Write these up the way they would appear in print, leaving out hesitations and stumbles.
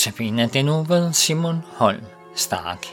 Notabene den nu ved Simon Holm Stark.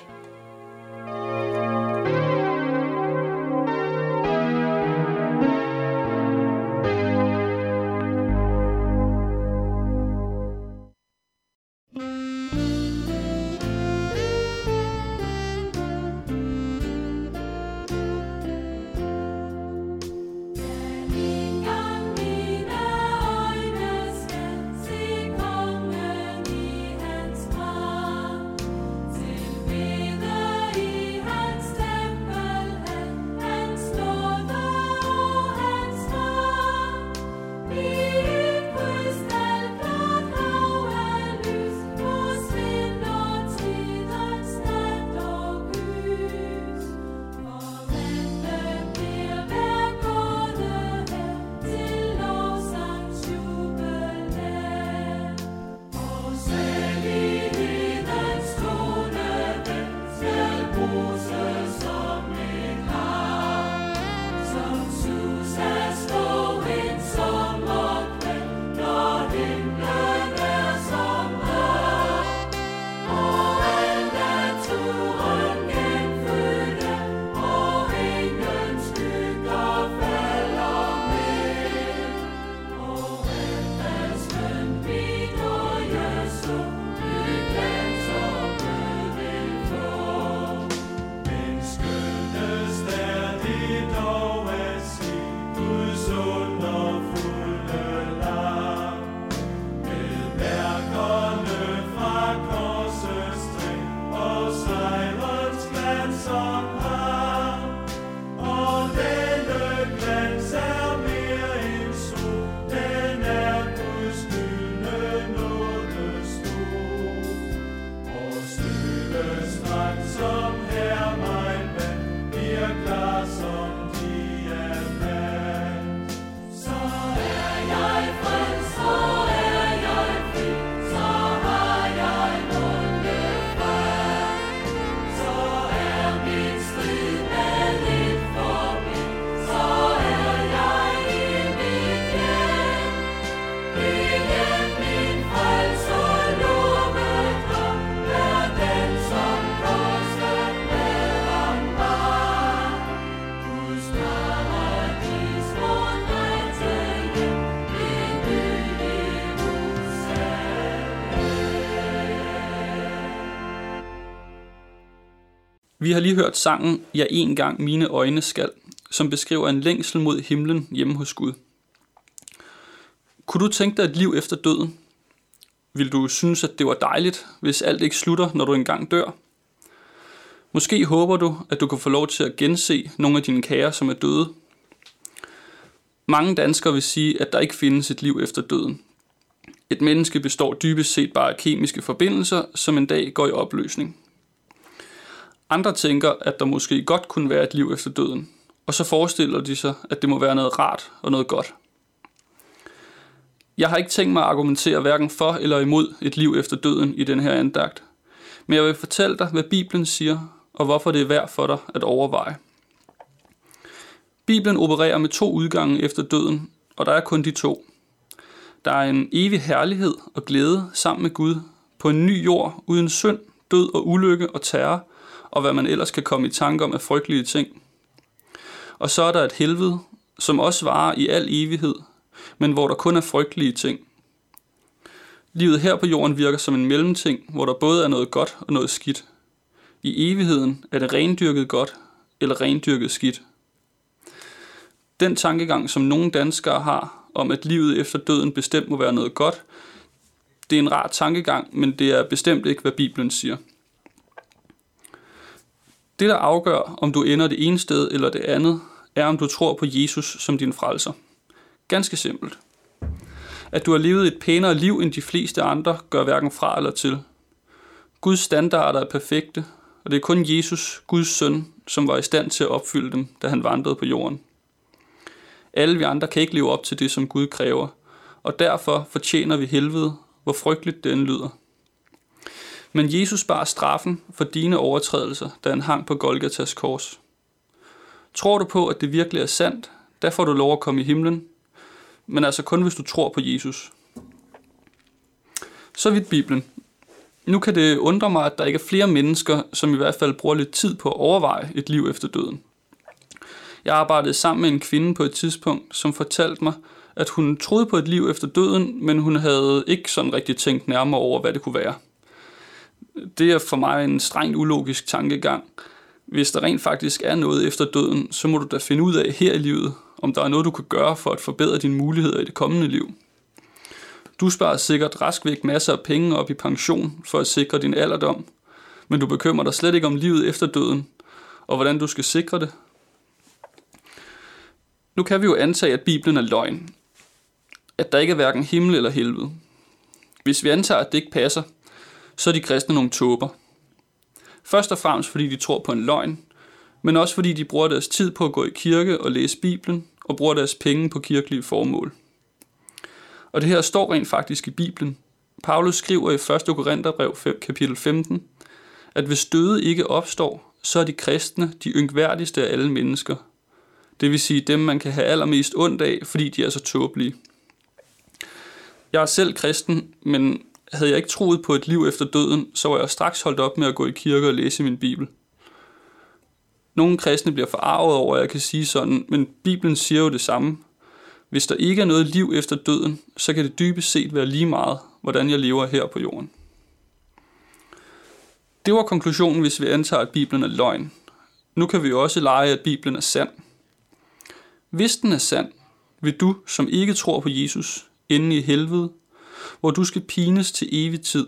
Vi har lige hørt sangen "Jeg en gang mine øjne skal", som beskriver en længsel mod himlen hjemme hos Gud. Kunne du tænke dig et liv efter døden? Vil du synes, at det var dejligt, hvis alt ikke slutter, når du engang dør? Måske håber du, at du kan få lov til at gense nogle af dine kære, som er døde. Mange danskere vil sige, at der ikke findes et liv efter døden. Et menneske består dybest set bare af kemiske forbindelser, som en dag går i opløsning. Andre tænker, at der måske godt kunne være et liv efter døden, og så forestiller de sig, at det må være noget rart og noget godt. Jeg har ikke tænkt mig at argumentere hverken for eller imod et liv efter døden i den her andagt, men jeg vil fortælle dig, hvad Bibelen siger, og hvorfor det er værd for dig at overveje. Bibelen opererer med 2 udgange efter døden, og der er kun de 2. Der er en evig herlighed og glæde sammen med Gud på en ny jord uden synd, død og ulykke og terror, og hvad man ellers kan komme i tanke om af frygtelige ting. Og så er der et helvede, som også varer i al evighed, men hvor der kun er frygtelige ting. Livet her på jorden virker som en mellemting, hvor der både er noget godt og noget skidt. I evigheden er det rendyrket godt eller rendyrket skidt. Den tankegang, som nogle danskere har om, at livet efter døden bestemt må være noget godt, det er en rar tankegang, men det er bestemt ikke, hvad Bibelen siger. Det, der afgør, om du ender det ene sted eller det andet, er, om du tror på Jesus som din frelser. Ganske simpelt. At du har levet et pænere liv end de fleste andre, gør hverken fra eller til. Guds standarder er perfekte, og det er kun Jesus, Guds søn, som var i stand til at opfylde dem, da han vandrede på jorden. Alle vi andre kan ikke leve op til det, som Gud kræver, og derfor fortjener vi helvede, hvor frygteligt den lyder. Men Jesus bar straffen for dine overtrædelser, da han hang på Golgatas kors. Tror du på, at det virkelig er sandt, der får du lov at komme i himlen, men altså kun hvis du tror på Jesus. Så vidt Bibelen. Nu kan det undre mig, at der ikke er flere mennesker, som i hvert fald bruger lidt tid på at overveje et liv efter døden. Jeg arbejdede sammen med en kvinde på et tidspunkt, som fortalte mig, at hun troede på et liv efter døden, men hun havde ikke sådan rigtig tænkt nærmere over, hvad det kunne være. Det er for mig en strengt ulogisk tankegang. Hvis der rent faktisk er noget efter døden, så må du da finde ud af her i livet, om der er noget, du kan gøre for at forbedre dine muligheder i det kommende liv. Du sparer sikkert rask væk masser af penge op i pension for at sikre din alderdom, men du bekymrer dig slet ikke om livet efter døden, og hvordan du skal sikre det. Nu kan vi jo antage, at Bibelen er løgn. At der ikke er hverken himmel eller helvede. Hvis vi antager, at det ikke passer, så er de kristne nogle tåber. Først og fremmest fordi de tror på en løgn, men også fordi de bruger deres tid på at gå i kirke og læse Bibelen, og bruger deres penge på kirkelige formål. Og det her står rent faktisk i Bibelen. Paulus skriver i 1. Korintherbrev kapitel 15, at hvis døde ikke opstår, så er de kristne de yngværdigste af alle mennesker. Det vil sige dem, man kan have allermest ondt af, fordi de er så tåbelige. Jeg er selv kristen, men havde jeg ikke troet på et liv efter døden, så var jeg straks holdt op med at gå i kirke og læse min Bibel. Nogle kristne bliver forarvet over, at jeg kan sige sådan, men Bibelen siger jo det samme. Hvis der ikke er noget liv efter døden, så kan det dybest set være lige meget, hvordan jeg lever her på jorden. Det var konklusionen, hvis vi antager, at Bibelen er løgn. Nu kan vi jo også lege, at Bibelen er sand. Hvis den er sand, vil du, som ikke tror på Jesus, ende i helvede, hvor du skal pines til evig tid.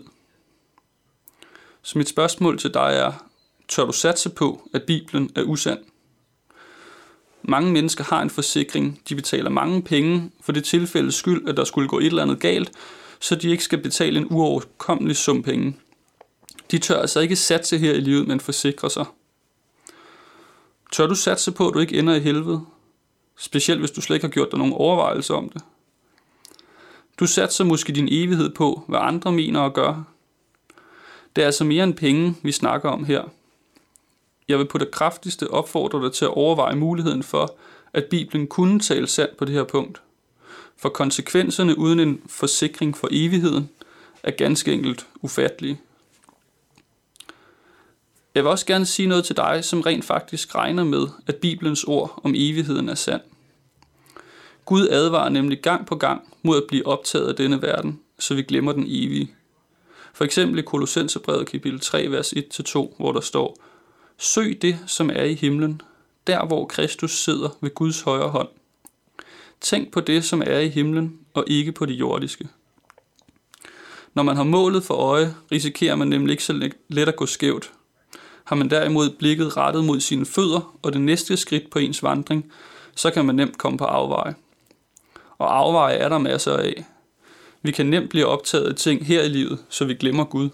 Så mit spørgsmål til dig er, tør du satse på, at Bibelen er usand? Mange mennesker har en forsikring, de betaler mange penge for det tilfældes skyld, at der skulle gå et eller andet galt, så de ikke skal betale en uoverkommelig sum penge. De tør altså ikke satse her i livet, men forsikre sig. Tør du satse på, at du ikke ender i helvede? Specielt hvis du slet ikke har gjort dig nogen overvejelser om det. Du satser måske din evighed på, hvad andre mener og gør. Det er altså mere end penge, vi snakker om her. Jeg vil på det kraftigste opfordre dig til at overveje muligheden for, at Bibelen kunne tale sandt på det her punkt. For konsekvenserne uden en forsikring for evigheden er ganske enkelt ufattelige. Jeg vil også gerne sige noget til dig, som rent faktisk regner med, at Bibelens ord om evigheden er sand. Gud advarer nemlig gang på gang mod at blive optaget af denne verden, så vi glemmer den evige. For eksempel i Kolossenserbrevet kapitel 3, vers 1-2, hvor der står: Søg det, som er i himlen, der hvor Kristus sidder ved Guds højre hånd. Tænk på det, som er i himlen, og ikke på det jordiske. Når man har målet for øje, risikerer man nemlig ikke så let at gå skævt. Har man derimod blikket rettet mod sine fødder og det næste skridt på ens vandring, så kan man nemt komme på afveje. Og afveje er der masser af. Vi kan nemt blive optaget af ting her i livet, så vi glemmer Gud.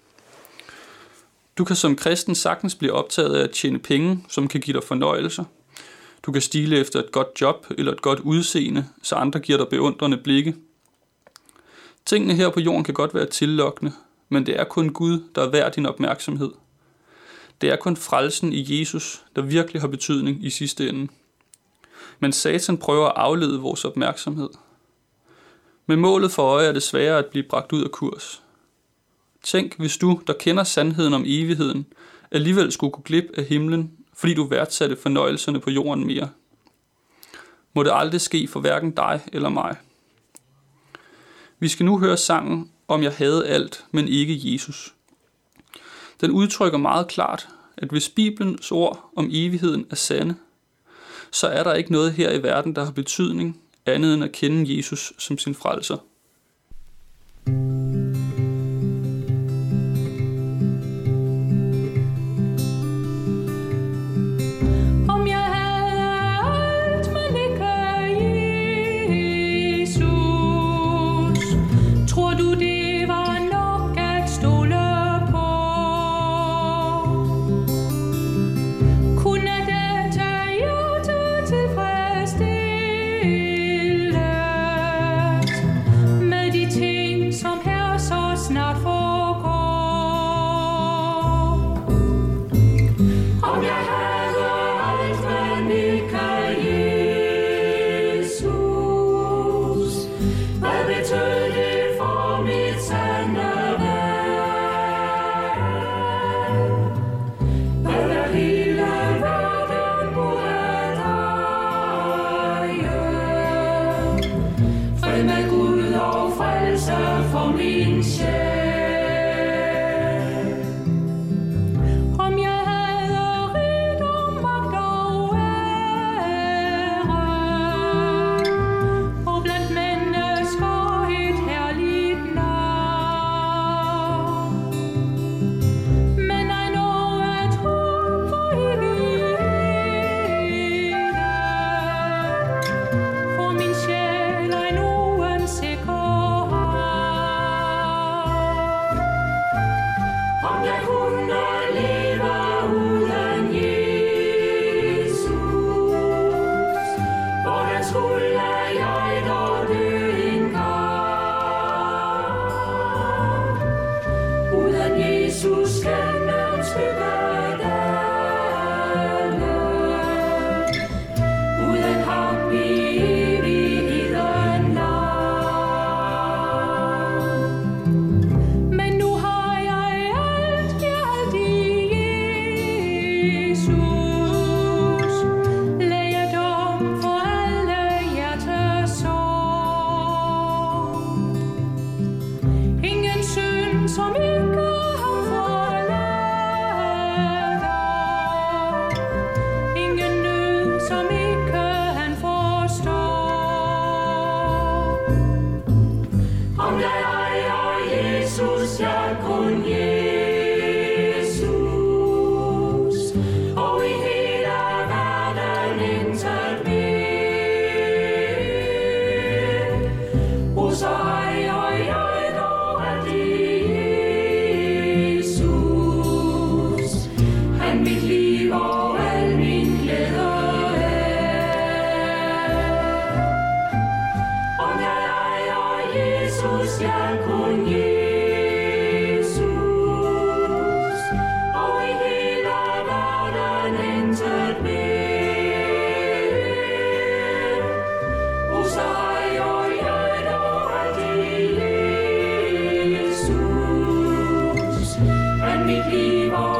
Du kan som kristen sagtens blive optaget af at tjene penge, som kan give dig fornøjelser. Du kan stile efter et godt job eller et godt udseende, så andre giver dig beundrende blikke. Tingene her på jorden kan godt være tillokkende, men det er kun Gud, der er værd din opmærksomhed. Det er kun frelsen i Jesus, der virkelig har betydning i sidste ende. Men Satan prøver at aflede vores opmærksomhed. Med målet for øje er det sværere at blive bragt ud af kurs. Tænk, hvis du, der kender sandheden om evigheden, alligevel skulle gå glip af himlen, fordi du værdsatte fornøjelserne på jorden mere. Må det aldrig ske for hverken dig eller mig. Vi skal nu høre sangen Om jeg havde alt, men ikke Jesus. Den udtrykker meget klart, at hvis Bibelens ord om evigheden er sande, så er der ikke noget her i verden, der har betydning, andet end at kende Jesus som sin frelser. for min sjæl. Om jeg havde rigdom, magt og ære, og blandt mennesker et herligt navn, men ej noget håb for evigheden, for min sjæl ej nogen sikker havn. Om jeg kunne leve uden Jesus, hvordan skulle jeg dog dø engang? Uden Jesus gennem skyggedale, uden ham i evigheden lang. Men nu har jeg alt i Jesus, lægedom for alle hjertesorg. Ingen synd, som ikke ham forlader, ingen nød, som ikke han forstår. Om jeg ejer Jesus, jeg kun Jesus, og i hele verden intet mere. Og så ejer jeg dog alt i Jesus, han mit liv og al min glæde er. Om jeg ejer Jesus, jeg kun Jesus, og i hele verden intet mere. Og så ejer jeg dog alt i Jesus, han mit liv og